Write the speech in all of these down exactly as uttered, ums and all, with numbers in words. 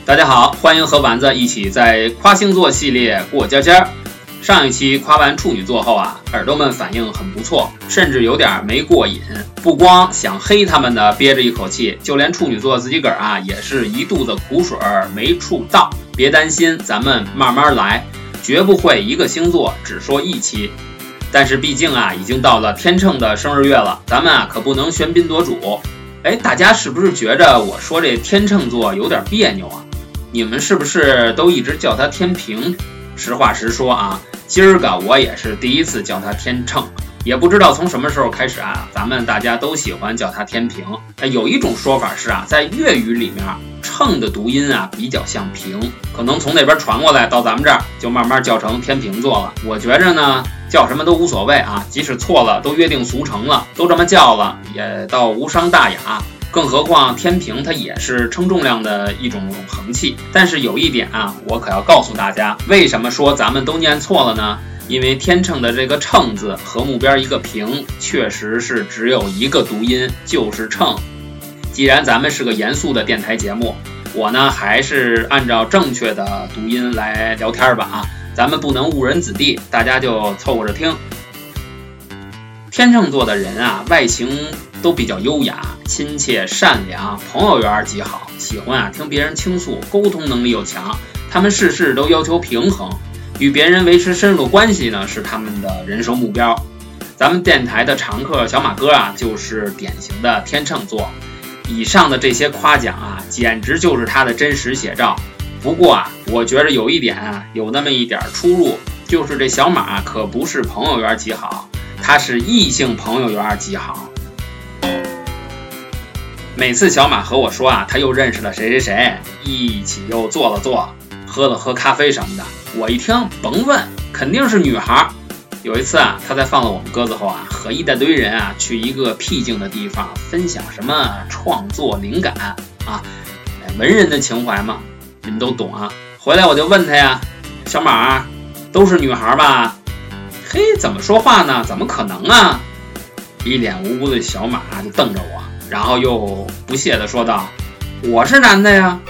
大家好，欢迎和丸子一起在夸星座系列过家家。上一期夸完处女座后啊，耳朵们反应很不错，甚至有点没过瘾。不光想黑他们的憋着一口气，就连处女座自己个儿啊也是一肚子苦水没处倒。别担心，咱们慢慢来，绝不会一个星座只说一期。但是毕竟啊，已经到了天秤的生日月了，咱们啊可不能喧宾夺主。哎，大家是不是觉着我说这天秤座有点别扭啊？你们是不是都一直叫他天平？实话实说啊，今儿个我也是第一次叫他天秤，也不知道从什么时候开始啊，咱们大家都喜欢叫他天平。有一种说法是啊，在粤语里面，秤的读音啊比较像平，可能从那边传过来到咱们这儿，就慢慢叫成天平座了。我觉着呢，叫什么都无所谓啊，即使错了，都约定俗成了，都这么叫了，也倒无伤大雅。更何况天平它也是称重量的一种衡器。但是有一点啊，我可要告诉大家，为什么说咱们都念错了呢？因为天秤的这个秤字和木边一个平，确实是只有一个读音，就是秤。既然咱们是个严肃的电台节目，我呢还是按照正确的读音来聊天吧啊，咱们不能误人子弟，大家就凑合着听。天秤座的人啊，外形都比较优雅、亲切、善良，朋友缘极好，喜欢啊听别人倾诉，沟通能力又强。他们事事都要求平衡，与别人维持深入的关系呢，是他们的人生目标。咱们电台的常客小马哥啊，就是典型的天秤座。以上的这些夸奖啊，简直就是他的真实写照。不过啊，我觉得有一点啊，有那么一点出入，就是这小马可不是朋友缘极好，他是异性朋友缘极好。每次小马和我说啊，他又认识了谁谁谁，一起又坐了坐，喝了喝咖啡什么的，我一听甭问，肯定是女孩。有一次啊，他在放了我们鸽子后啊，和一大堆人啊去一个僻静的地方分享什么创作灵感啊，文人的情怀嘛，你们都懂啊。回来我就问他呀，小马都是女孩吧？嘿，怎么说话呢？怎么可能啊？一脸无辜的小马就瞪着我，然后又不屑地说道，我是男的呀。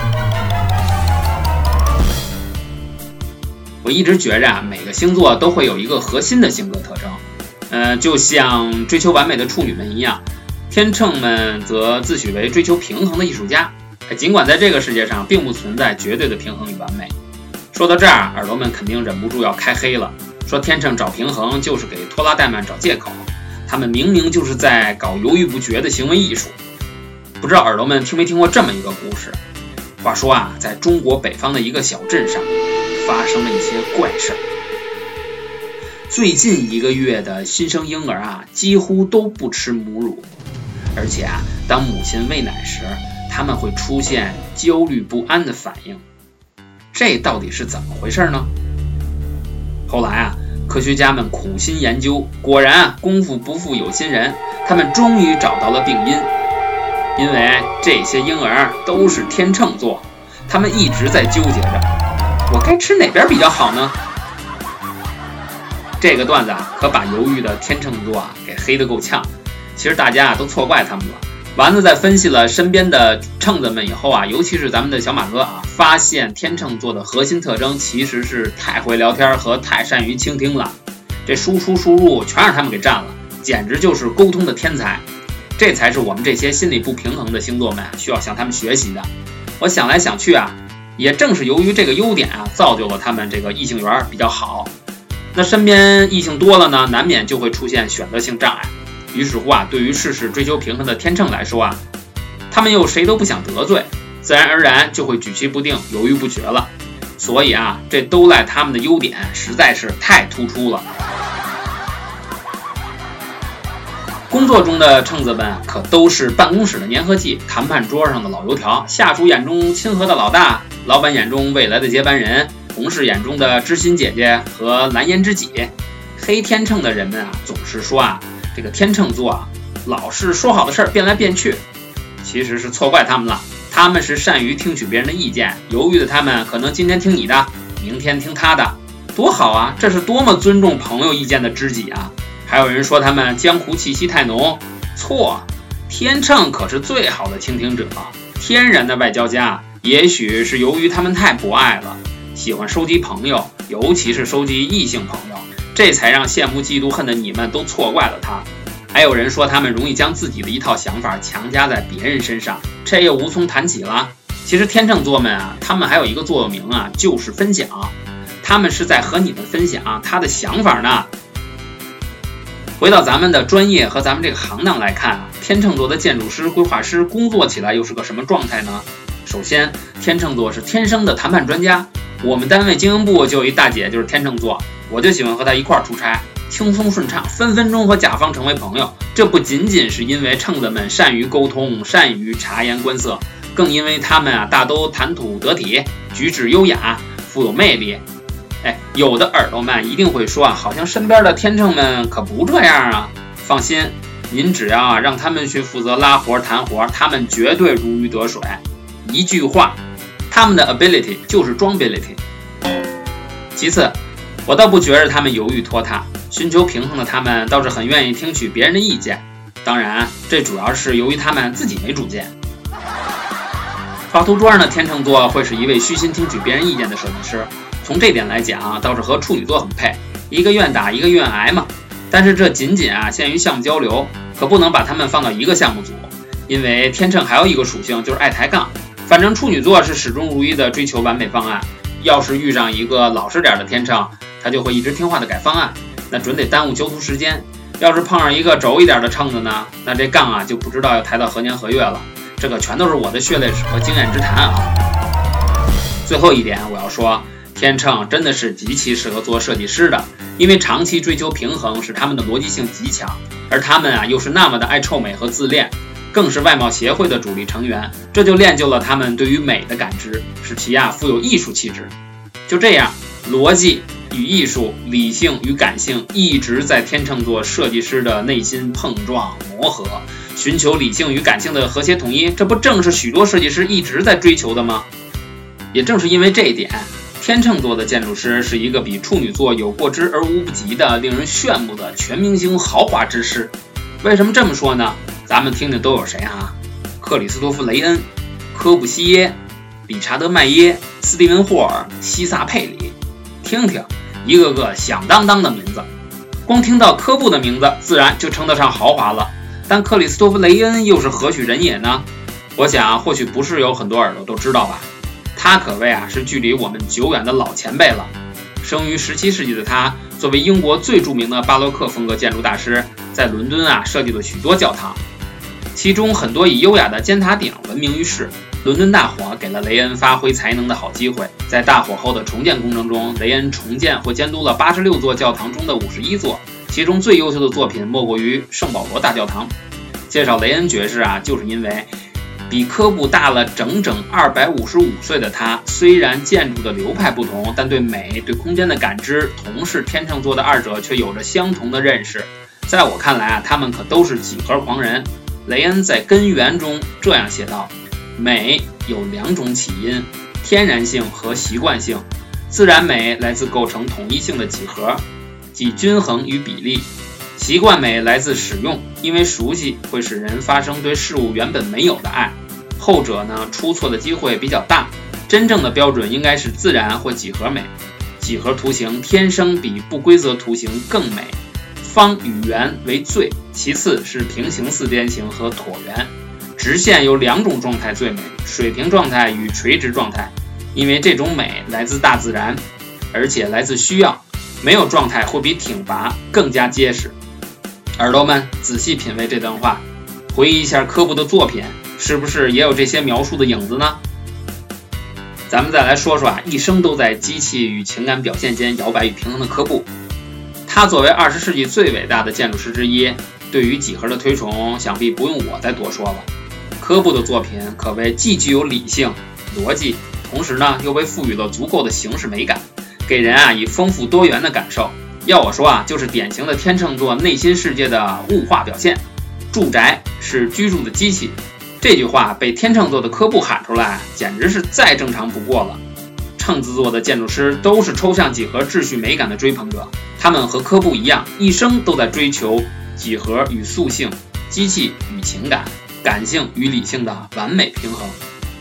我一直觉着啊，每个星座都会有一个核心的性格特征，呃，就像追求完美的处女们一样，天秤们则自诩为追求平衡的艺术家。尽管在这个世界上并不存在绝对的平衡与完美。说到这儿，耳朵们肯定忍不住要开黑了，说天秤找平衡就是给拖拉怠慢找借口，他们明明就是在搞犹豫不决的行为艺术。不知道耳朵们听没听过这么一个故事？话说啊，在中国北方的一个小镇上，发生了一些怪事儿。最近一个月的新生婴儿啊，几乎都不吃母乳，而且啊，当母亲喂奶时，他们会出现焦虑不安的反应。这到底是怎么回事呢？后来啊，科学家们苦心研究，果然啊，功夫不负有心人，他们终于找到了病因。因为这些婴儿都是天秤座，他们一直在纠结着，我该吃哪边比较好呢？这个段子啊，可把犹豫的天秤座啊给黑得够呛。其实大家啊都错怪他们了。丸子在分析了身边的秤子们以后啊，尤其是咱们的小马哥啊，发现天秤座的核心特征其实是太会聊天和太善于倾听了。这输出输入全让他们给占了，简直就是沟通的天才。这才是我们这些心理不平衡的星座们需要向他们学习的。我想来想去啊，也正是由于这个优点啊，造就了他们这个异性缘比较好。那身边异性多了呢，难免就会出现选择性障碍。于是乎啊，对于事事追求平衡的天秤来说啊，他们又谁都不想得罪，自然而然就会举棋不定，犹豫不决了。所以啊，这都赖他们的优点实在是太突出了。工作中的秤子们可都是办公室的粘合剂，谈判桌上的老油条，下属眼中亲和的老大，老板眼中未来的接班人，同事眼中的知心姐姐和蓝颜知己。黑天秤的人们啊，总是说啊，这个天秤座啊，老是说好的事儿变来变去。其实是错怪他们了，他们是善于听取别人的意见，犹豫的他们可能今天听你的，明天听他的，多好啊！这是多么尊重朋友意见的知己啊！还有人说他们江湖气息太浓，错，天秤可是最好的倾听者，天然的外交家， 也许是由于他们太博爱了，喜欢收集朋友，尤其是收集异性朋友，这才让羡慕嫉妒恨的你们都错怪了他。还有人说他们容易将自己的一套想法强加在别人身上，这又无从谈起了。其实天秤座们啊，他们还有一个座右铭啊，就是分享。他们是在和你们分享他的想法呢。回到咱们的专业和咱们这个行当来看啊，天秤座的建筑师、规划师工作起来又是个什么状态呢？首先，天秤座是天生的谈判专家。我们单位经营部就有一大姐就是天秤座，我就喜欢和她一块儿出差，轻松顺畅，分分钟和甲方成为朋友。这不仅仅是因为秤子们善于沟通，善于察言观色，更因为他们啊大都谈吐得体，举止优雅，富有魅力。哎，有的耳朵们一定会说啊，好像身边的天秤们可不这样啊。放心，您只要啊让他们去负责拉活谈活，他们绝对如鱼得水。一句话，他们的 ability 就是装 ability。其次，我倒不觉得他们犹豫拖沓，寻求平衡的他们倒是很愿意听取别人的意见。当然，这主要是由于他们自己没主见。画图桌上的天秤座会是一位虚心听取别人意见的设计师，从这点来讲，倒是和处女座很配，一个愿打，一个愿挨嘛。但是这仅仅啊限于项目交流，可不能把他们放到一个项目组，因为天秤还有一个属性就是爱抬杠。反正处女座是始终如一的追求完美方案，要是遇上一个老实点的天秤，他就会一直听话的改方案，那准得耽误囚徒时间。要是碰上一个轴一点的秤子呢，那这杠啊就不知道要抬到何年何月了。这个全都是我的血泪史和经验之谈啊。最后一点我要说，天秤真的是极其适合做设计师的，因为长期追求平衡使他们的逻辑性极强，而他们啊又是那么的爱臭美和自恋，更是外貌协会的主力成员，这就练就了他们对于美的感知，使其啊富有艺术气质。就这样，逻辑与艺术，理性与感性一直在天秤座设计师的内心碰撞磨合，寻求理性与感性的和谐统一，这不正是许多设计师一直在追求的吗？也正是因为这一点，天秤座的建筑师是一个比处女座有过之而无不及的令人炫目的全明星豪华之师。为什么这么说呢？咱们听听都有谁啊？克里斯托弗·雷恩、科布西耶、理查德·麦耶、斯蒂文·霍尔、西萨·佩里，听听一个个响当当的名字。光听到科布的名字自然就称得上豪华了，但克里斯托弗·雷恩又是何许人也呢？我想或许不是有很多耳朵都知道吧。他可谓啊是距离我们久远的老前辈了。生于十七世纪的他，作为英国最著名的巴洛克风格建筑大师，在伦敦啊设计了许多教堂，其中很多以优雅的尖塔顶闻名于世。伦敦大火给了雷恩发挥才能的好机会，在大火后的重建工程中，雷恩重建或监督了八十六座教堂中的五十一座，其中最优秀的作品莫过于圣保罗大教堂。介绍雷恩爵士啊，就是因为比科布大了整整二百五十五岁的他，虽然建筑的流派不同，但对美、对空间的感知，同是天秤座的二者却有着相同的认识。在我看来啊，他们可都是几何狂人。雷恩在根源中这样写道：美有两种起因，天然性和习惯性。自然美来自构成统一性的几何，即均衡与比例；习惯美来自使用，因为熟悉会使人发生对事物原本没有的爱。后者呢，出错的机会比较大。真正的标准应该是自然或几何美。几何图形天生比不规则图形更美。方与圆为最，其次是平行四边形和椭圆。直线有两种状态最美，水平状态与垂直状态，因为这种美来自大自然，而且来自需要，没有状态会比挺拔更加结实。耳朵们仔细品味这段话，回忆一下科布的作品，是不是也有这些描述的影子呢？咱们再来说说啊，一生都在机器与情感表现间摇摆与平衡的科布。他作为二十世纪最伟大的建筑师之一，对于几何的推崇，想必不用我再多说了。科布的作品可谓既具有理性、逻辑，同时呢又被赋予了足够的形式美感，给人啊以丰富多元的感受。要我说啊，就是典型的天秤座内心世界的物化表现。住宅是居住的机器，这句话被天秤座的科布喊出来，简直是再正常不过了。秤子座的建筑师都是抽象几何秩序美感的追捧者，他们和科布一样，一生都在追求几何与塑性、机器与情感、感性与理性的完美平衡。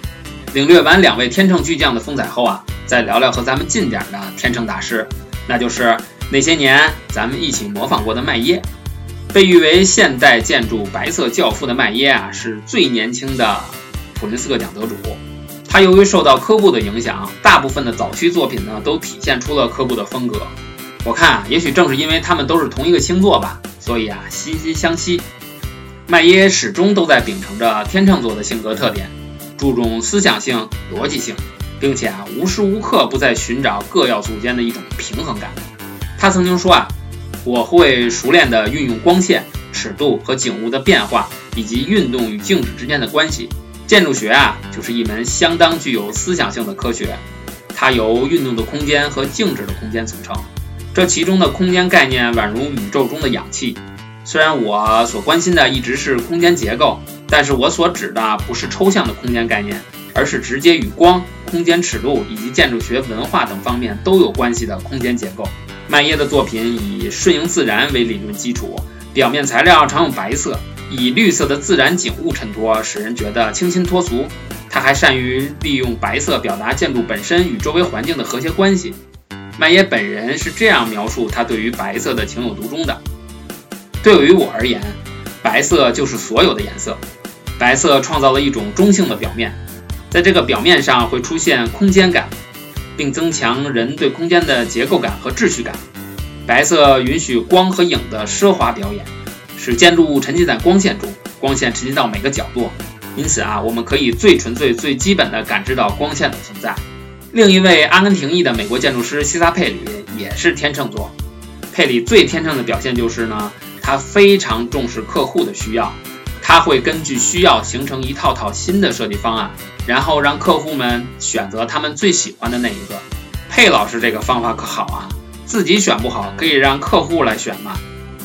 领略完两位天秤巨匠的风采后啊，再聊聊和咱们近点的天秤大师，那就是那些年咱们一起模仿过的麦耶。被誉为现代建筑白色教父的麦耶啊，是最年轻的普林斯克奖得主。他由于受到科布的影响，大部分的早期作品呢都体现出了科布的风格。我看啊，也许正是因为他们都是同一个星座吧，所以啊惺惺相惜。麦耶始终都在秉承着天秤座的性格特点，注重思想性、逻辑性，并且啊无时无刻不在寻找各要素间的一种平衡感。他曾经说啊，我会熟练地运用光线、尺度和景物的变化，以及运动与静止之间的关系。建筑学啊，就是一门相当具有思想性的科学，它由运动的空间和静止的空间组成。这其中的空间概念宛如宇宙中的氧气。虽然我所关心的一直是空间结构，但是我所指的不是抽象的空间概念，而是直接与光、空间尺度以及建筑学、文化等方面都有关系的空间结构。麦耶的作品以顺应自然为理论基础，表面材料常用白色，以绿色的自然景物衬托，使人觉得清新脱俗。他还善于利用白色表达建筑本身与周围环境的和谐关系。麦耶本人是这样描述他对于白色的情有独钟的：对于我而言，白色就是所有的颜色。白色创造了一种中性的表面，在这个表面上会出现空间感，并增强人对空间的结构感和秩序感。白色允许光和影的奢华表演，使建筑物沉浸在光线中，光线沉浸到每个角落，因此啊，我们可以最纯粹、最基本的感知到光线的存在。另一位阿根廷裔的美国建筑师西萨佩里也是天秤座。佩里最天秤的表现就是呢，他非常重视客户的需要，他会根据需要形成一套套新的设计方案，然后让客户们选择他们最喜欢的那一个。佩老师这个方法可好啊，自己选不好，可以让客户来选嘛。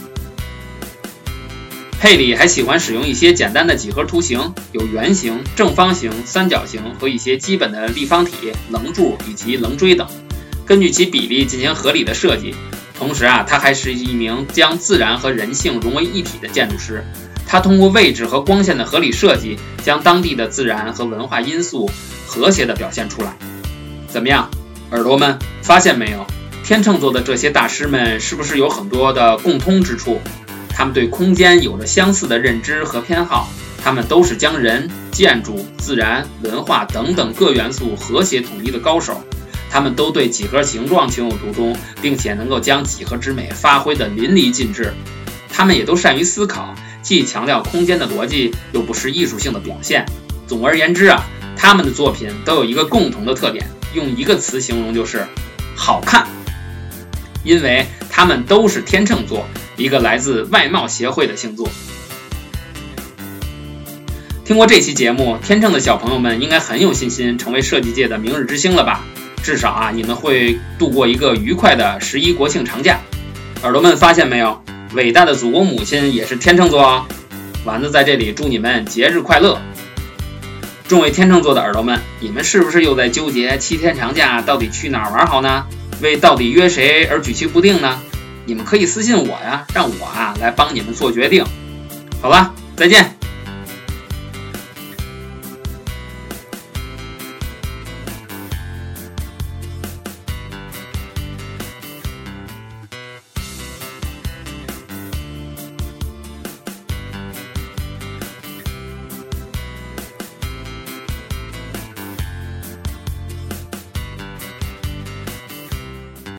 佩里还喜欢使用一些简单的几何图形，有圆形、正方形、三角形和一些基本的立方体、棱柱以及棱锥等，根据其比例进行合理的设计。同时啊，他还是一名将自然和人性融为一体的建筑师。他通过位置和光线的合理设计，将当地的自然和文化因素和谐地表现出来。怎么样，耳朵们，发现没有？天秤座的这些大师们是不是有很多的共通之处？他们对空间有着相似的认知和偏好，他们都是将人、建筑、自然、文化等等各元素和谐统一的高手。他们都对几何形状情有独钟，并且能够将几何之美发挥得淋漓尽致。他们也都善于思考，既强调空间的逻辑，又不失艺术性的表现。总而言之啊，他们的作品都有一个共同的特点，用一个词形容就是好看。因为他们都是天秤座，一个来自外貌协会的星座。听过这期节目，天秤的小朋友们应该很有信心成为设计界的明日之星了吧？至少啊，你们会度过一个愉快的十一国庆长假。耳朵们发现没有，伟大的祖国母亲也是天秤座哦。丸子在这里祝你们节日快乐。众位天秤座的耳朵们，你们是不是又在纠结七天长假到底去哪儿玩好呢？为到底约谁而举棋不定呢？你们可以私信我呀，让我啊来帮你们做决定。好了，再见。